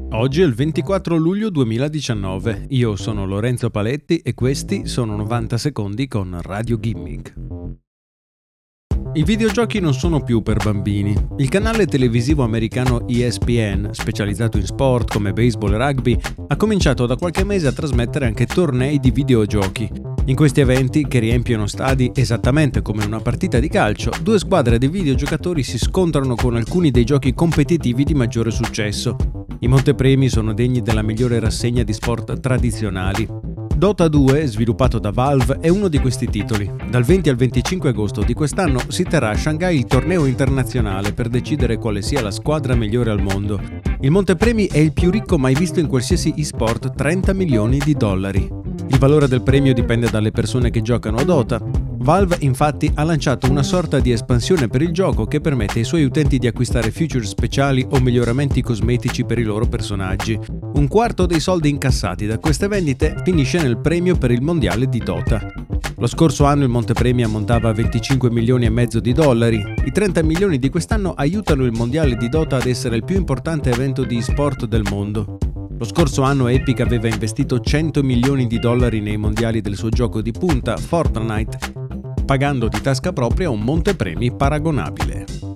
Oggi è il 24 luglio 2019, io sono Lorenzo Paletti e questi sono 90 secondi con Radio Gimmick. I videogiochi non sono più per bambini. Il canale televisivo americano ESPN, specializzato in sport come baseball e rugby, ha cominciato da qualche mese a trasmettere anche tornei di videogiochi. In questi eventi, che riempiono stadi esattamente come una partita di calcio, due squadre di videogiocatori si scontrano con alcuni dei giochi competitivi di maggiore successo. I montepremi sono degni della migliore rassegna di sport tradizionali. Dota 2, sviluppato da Valve, è uno di questi titoli. Dal 20 al 25 agosto di quest'anno si terrà a Shanghai il torneo internazionale per decidere quale sia la squadra migliore al mondo. Il montepremi è il più ricco mai visto in qualsiasi e-sport, $30 milioni. Il valore del premio dipende dalle persone che giocano a Dota. Valve infatti ha lanciato una sorta di espansione per il gioco che permette ai suoi utenti di acquistare feature speciali o miglioramenti cosmetici per i loro personaggi. Un quarto dei soldi incassati da queste vendite finisce nel premio per il mondiale di Dota. Lo scorso anno il montepremi ammontava a $25,5 milioni. I 30 milioni di quest'anno aiutano il mondiale di Dota ad essere il più importante evento di e-sport del mondo. Lo scorso anno Epic aveva investito $100 milioni nei mondiali del suo gioco di punta, Fortnite, pagando di tasca propria un montepremi paragonabile.